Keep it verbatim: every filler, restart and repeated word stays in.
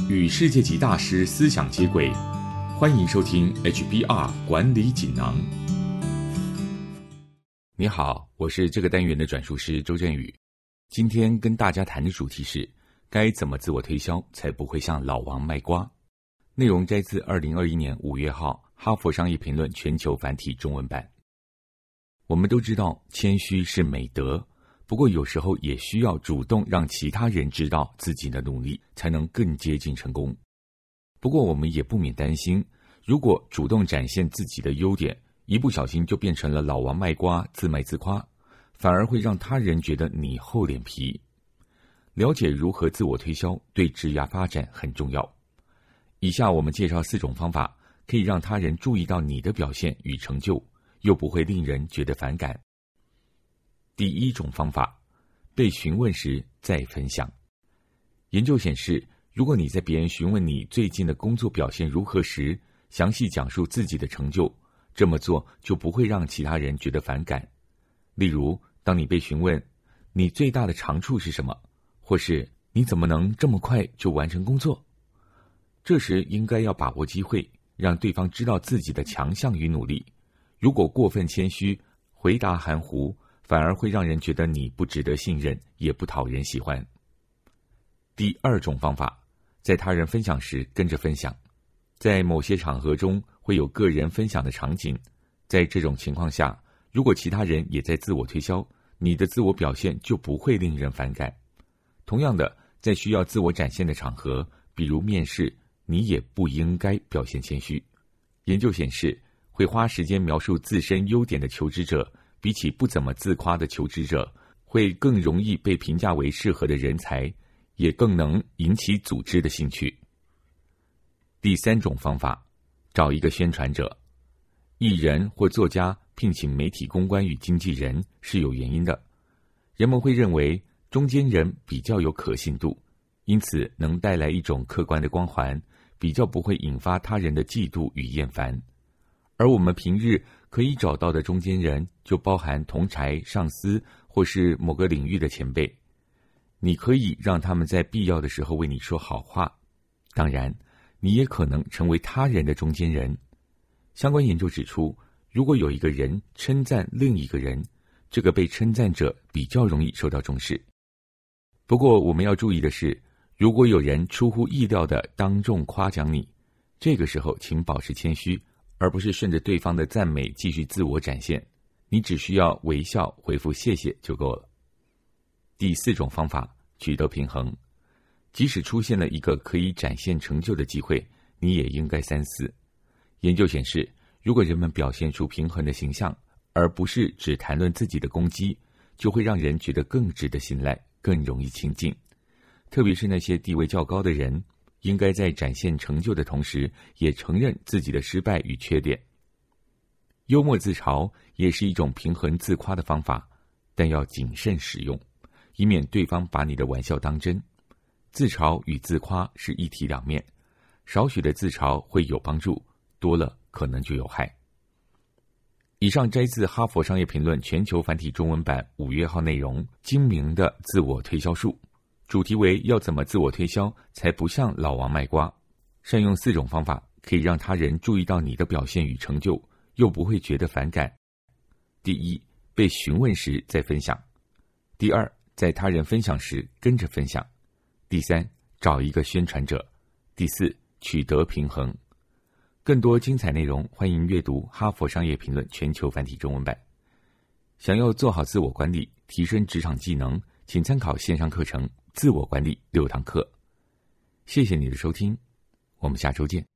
与世界级大师思想接轨，欢迎收听 H B R 管理锦囊。 你好，我是这个单元的转述师周振宇。今天跟大家谈的主题是该怎么自我推销才不会像老王卖瓜。内容摘自二零二一年五月号哈佛商业评论全球繁体中文版。我们都知道谦虚是美德，不过有时候也需要主动让其他人知道自己的努力，才能更接近成功。不过我们也不免担心，如果主动展现自己的优点，一不小心就变成了老王卖瓜，自卖自夸，反而会让他人觉得你厚脸皮。了解如何自我推销对职业发展很重要。以下我们介绍四种方法，可以让他人注意到你的表现与成就，又不会令人觉得反感。第一种方法，被询问时再分享。研究显示，如果你在别人询问你最近的工作表现如何时，详细讲述自己的成就，这么做就不会让其他人觉得反感。例如，当你被询问你最大的长处是什么，或是你怎么能这么快就完成工作，这时应该要把握机会，让对方知道自己的强项与努力。如果过分谦虚，回答含糊，反而会让人觉得你不值得信任，也不讨人喜欢。第二种方法，在他人分享时跟着分享。在某些场合中会有个人分享的场景，在这种情况下，如果其他人也在自我推销，你的自我表现就不会令人反感。同样的，在需要自我展现的场合，比如面试，你也不应该表现谦虚。研究显示，会花时间描述自身优点的求职者，比起不怎么自夸的求职者，会更容易被评价为适合的人才，也更能引起组织的兴趣。第三种方法，找一个宣传者。艺人或作家聘请媒体公关与经纪人是有原因的。人们会认为中间人比较有可信度，因此能带来一种客观的光环，比较不会引发他人的嫉妒与厌烦。而我们平日可以找到的中间人，就包含同侪、上司或是某个领域的前辈。你可以让他们在必要的时候为你说好话，当然，你也可能成为他人的中间人。相关研究指出，如果有一个人称赞另一个人，这个被称赞者比较容易受到重视。不过我们要注意的是，如果有人出乎意料地当众夸奖你，这个时候请保持谦虚，而不是顺着对方的赞美继续自我展现。你只需要微笑回复谢谢就够了。第四种方法，取得平衡。即使出现了一个可以展现成就的机会，你也应该三思。研究显示，如果人们表现出平衡的形象，而不是只谈论自己的攻击，就会让人觉得更值得信赖，更容易亲近。特别是那些地位较高的人，应该在展现成就的同时，也承认自己的失败与缺点。幽默自嘲也是一种平衡自夸的方法，但要谨慎使用，以免对方把你的玩笑当真。自嘲与自夸是一体两面，少许的自嘲会有帮助，多了可能就有害。以上摘自哈佛商业评论全球繁体中文版五月号内容，精明的自我推销术，主题为要怎么自我推销才不像老王卖瓜。善用四种方法，可以让他人注意到你的表现与成就，又不会觉得反感。第一，被询问时再分享。第二，在他人分享时跟着分享。第三，找一个宣传者。第四，取得平衡。更多精彩内容，欢迎阅读哈佛商业评论全球繁体中文版。想要做好自我管理，提升职场技能，请参考线上课程《自我管理六堂课》。谢谢你的收听，我们下周见。